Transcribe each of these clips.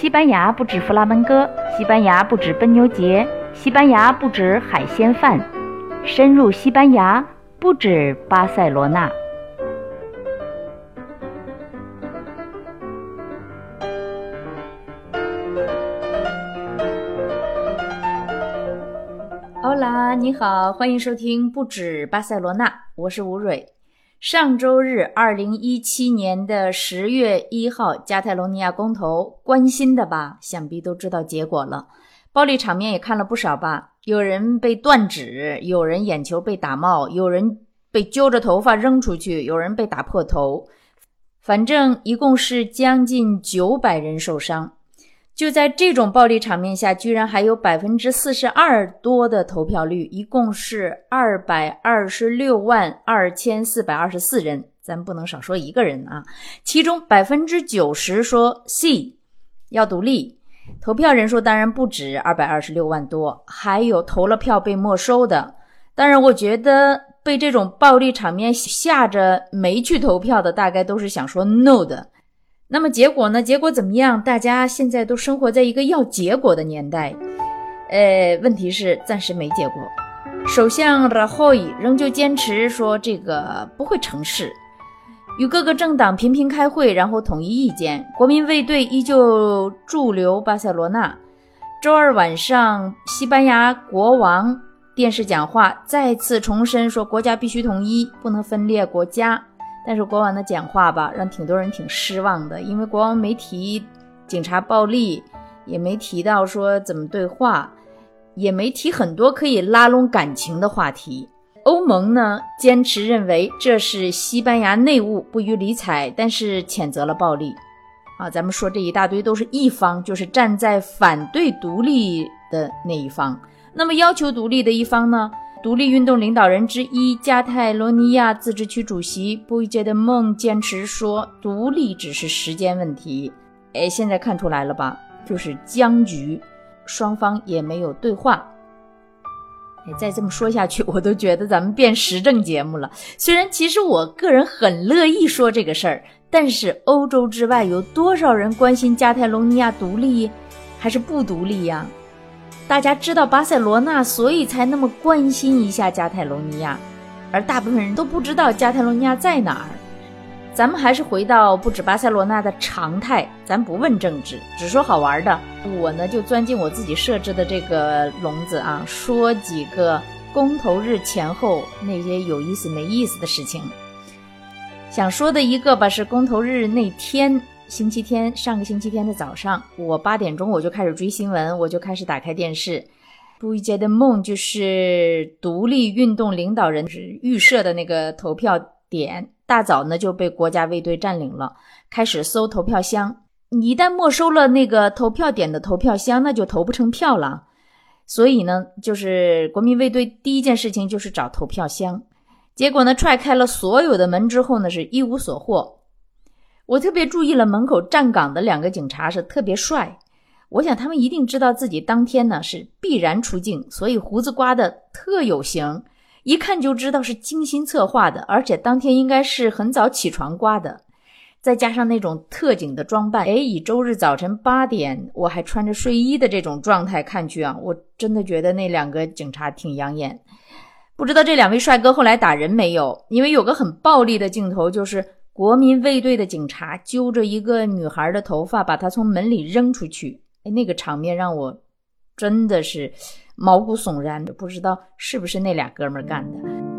西班牙不止弗拉门戈，西班牙不止奔牛节，西班牙不止海鲜饭，深入西班牙不止巴塞罗那。欧啦，你好，欢迎收听不止巴塞罗那，我是吴蕊。上周日2017年的10月1号加泰罗尼亚公投，关心的吧想必都知道结果了，暴力场面也看了不少吧，有人被断指，有人眼球被打冒，有人被揪着头发扔出去，有人被打破头，反正一共是将近900人受伤。就在这种暴力场面下，居然还有 42% 多的投票率，一共是2262424人，咱不能少说一个人啊。其中 90% 说 C 要独立，投票人数当然不止226万多，还有投了票被没收的。当然我觉得被这种暴力场面吓着没去投票的，大概都是想说 no 的。那么结果呢？结果怎么样？大家现在都生活在一个要结果的年代。问题是暂时没结果。首相 Rajoy 仍旧坚持说这个不会成事，与各个政党频频开会，然后统一意见。国民卫队依旧驻留巴塞罗那。周二晚上，西班牙国王电视讲话，再次重申说国家必须统一，不能分裂国家。但是国王的讲话吧，让挺多人挺失望的，因为国王没提警察暴力，也没提到说怎么对话，也没提很多可以拉拢感情的话题。欧盟呢，坚持认为这是西班牙内务，不予理睬，但是谴责了暴力。咱们说这一大堆都是一方，就是站在反对独立的那一方。那么要求独立的一方呢？独立运动领导人之一加泰罗尼亚自治区主席布伊杰德梦坚持说独立只是时间问题。现在看出来了吧，就是僵局，双方也没有对话。再这么说下去，我都觉得咱们变时政节目了。虽然其实我个人很乐意说这个事儿，但是欧洲之外有多少人关心加泰罗尼亚独立还是不独立呀？大家知道巴塞罗那，所以才那么关心一下加泰罗尼亚，而大部分人都不知道加泰罗尼亚在哪儿。咱们还是回到不止巴塞罗那的常态，咱不问政治，只说好玩的。我呢就钻进我自己设置的这个笼子啊，说几个公投日前后那些有意思没意思的事情。想说的一个吧，是公投日那天星期天，上个星期天的早上，我8点钟我就开始追新闻，我就开始打开电视。布伊杰的梦就是独立运动领导人预设的那个投票点，大早呢就被国家卫队占领了，开始搜投票箱。你一旦没收了那个投票点的投票箱，那就投不成票了。所以呢，就是国民卫队第一件事情就是找投票箱。结果呢，踹开了所有的门之后呢，是一无所获。我特别注意了门口站岗的2个警察是特别帅，我想他们一定知道自己当天呢是必然出镜，所以胡子刮的特有型，一看就知道是精心策划的，而且当天应该是很早起床刮的，再加上那种特警的装扮，以周日早晨8点我还穿着睡衣的这种状态看去啊，我真的觉得那2个警察挺养眼。不知道这2位帅哥后来打人没有，因为有个很暴力的镜头，就是国民卫队的警察揪着一个女孩的头发，把她从门里扔出去。那个场面让我真的是毛骨悚然，不知道是不是那2哥们干的。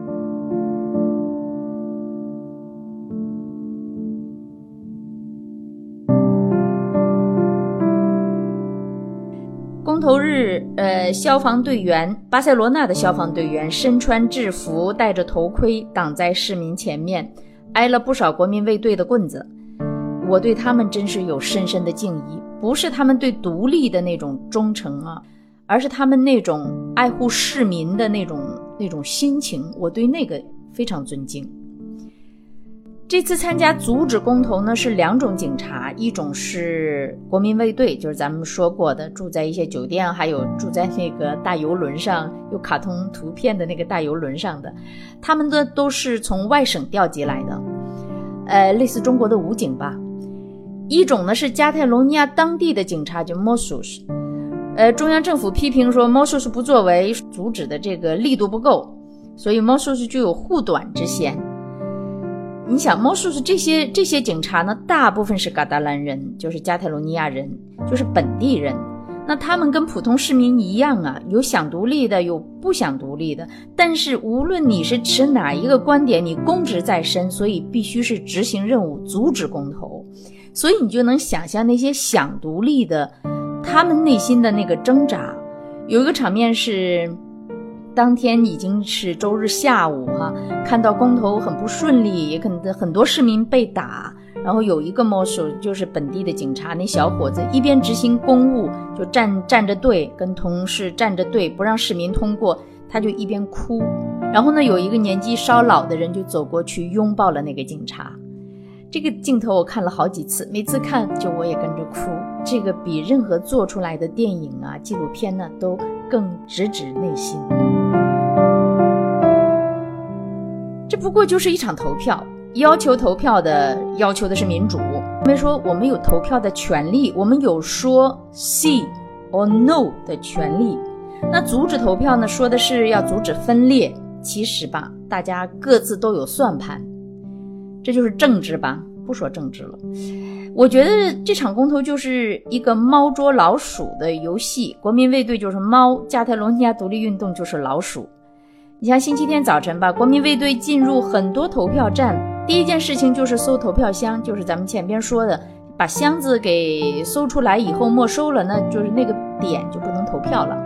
公投日，消防队员，巴塞罗那的消防队员身穿制服，戴着头盔，挡在市民前面，挨了不少国民卫队的棍子。我对他们真是有深深的敬意，不是他们对独立的那种忠诚啊，而是他们那种爱护市民的那种心情，我对那个非常尊敬。这次参加阻止公投呢是2种警察，一种是国民卫队，就是咱们说过的住在一些酒店，还有住在那个大游轮上有卡通图片的那个大游轮上的，他们的都是从外省调集来的，类似中国的武警吧。 一种呢是加泰罗尼亚当地的警察，就 Mossos，中央政府批评说 Mossos 不作为，阻止的这个力度不够，所以 Mossos 就有护短之嫌。你想 Mossos 这些警察呢，大部分是嘎达兰人，就是加泰罗尼亚人，就是本地人。那他们跟普通市民一样啊，有想独立的，有不想独立的，但是无论你是持哪一个观点，你公职在身，所以必须是执行任务，阻止公投。所以你就能想象那些想独立的他们内心的那个挣扎。有一个场面是当天已经是周日下午看到公投很不顺利，也可能很多市民被打，然后有一个 Mosso 就是本地的警察，那小伙子一边执行公务，就站着队，跟同事站着队不让市民通过，他就一边哭。然后呢，有一个年纪稍老的人就走过去拥抱了那个警察。这个镜头我看了好几次，每次看就我也跟着哭。这个比任何做出来的电影啊纪录片呢都更直指内心。这不过就是一场投票，要求投票的要求的是民主。我们说我们有投票的权利，我们有说 see or no 的权利。那阻止投票呢，说的是要阻止分裂。其实吧，大家各自都有算盘，这就是政治吧，不说政治了。我觉得这场公投就是一个猫捉老鼠的游戏，国民卫队就是猫，加泰罗尼亚独立运动就是老鼠。你像星期天早晨吧，国民卫队进入很多投票站，第一件事情就是搜投票箱，就是咱们前边说的，把箱子给搜出来以后没收了，那就是那个点就不能投票了。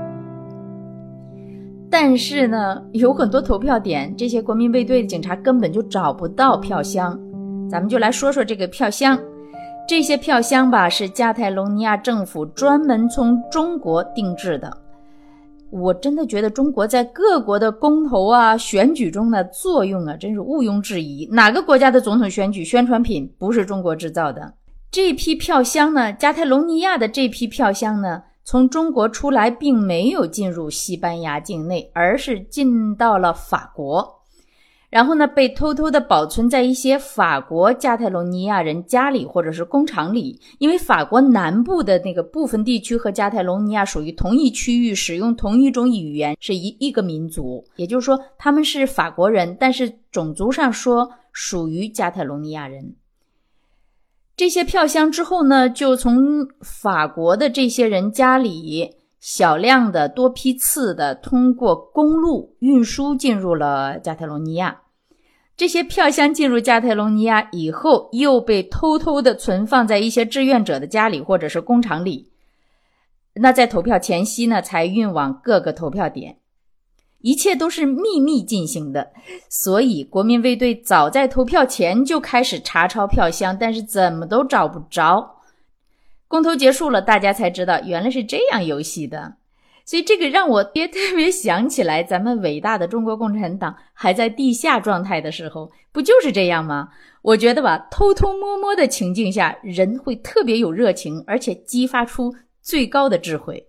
但是呢，有很多投票点，这些国民卫队的警察根本就找不到票箱。咱们就来说说这个票箱。这些票箱吧，是加泰隆尼亚政府专门从中国定制的。我真的觉得中国在各国的公投啊、选举中的作用啊，真是毋庸置疑。哪个国家的总统选举宣传品不是中国制造的？这批票箱呢，加泰隆尼亚的这批票箱呢，从中国出来并没有进入西班牙境内，而是进到了法国。然后呢，被偷偷的保存在一些法国加泰罗尼亚人家里或者是工厂里，因为法国南部的那个部分地区和加泰罗尼亚属于同一区域，使用同一种语言，是一个民族，也就是说他们是法国人，但是种族上说属于加泰罗尼亚人。这些票箱之后呢，就从法国的这些人家里小量的多批次的通过公路运输进入了加泰罗尼亚。这些票箱进入加泰隆尼亚以后，又被偷偷的存放在一些志愿者的家里或者是工厂里。那在投票前夕呢，才运往各个投票点。一切都是秘密进行的，所以国民卫队早在投票前就开始查抄票箱，但是怎么都找不着。公投结束了，大家才知道原来是这样游戏的。所以这个让我也特别想起来咱们伟大的中国共产党还在地下状态的时候，不就是这样吗？我觉得吧，偷偷摸摸的情境下，人会特别有热情，而且激发出最高的智慧。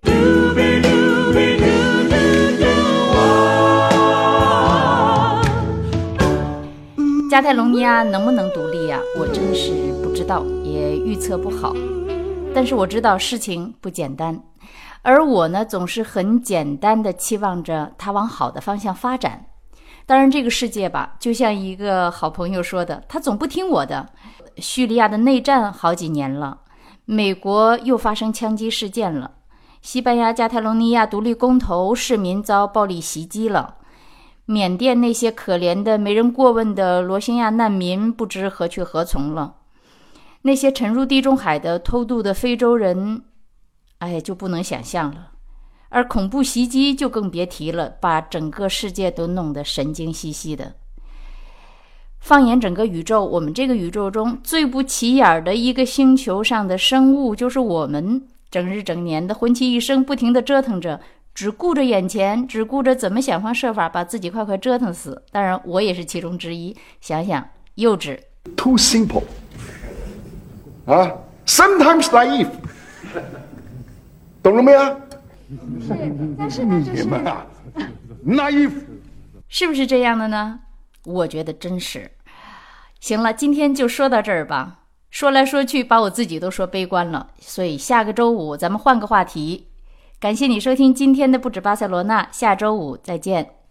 加泰隆尼亚能不能独立啊？我真的是不知道，也预测不好。但是我知道事情不简单。而我呢，总是很简单的期望着它往好的方向发展。当然这个世界吧，就像一个好朋友说的，他总不听我的。叙利亚的内战好几年了，美国又发生枪击事件了，西班牙加泰隆尼亚独立公投，市民遭暴力袭击了，缅甸那些可怜的没人过问的罗兴亚难民不知何去何从了，那些沉入地中海的偷渡的非洲人就不能想象了。而恐怖袭击就更别提了，把整个世界都弄得神经兮兮的。放眼整个宇宙，我们这个宇宙中最不起眼的一个星球上的生物就是我们，整日整年的混其一生，不停地折腾着，只顾着眼前，只顾着怎么想方设法把自己快快折腾死。当然我也是其中之一，想想幼稚。 Too simple sometimes naive 懂了没有？是你们啊 naive 是不是这样的呢？我觉得真是。行了，今天就说到这儿吧。 说来说去把我自己都说悲观了，所以下个周五咱们换个话题。感谢你收听今天的不止巴塞罗那，下周五再见。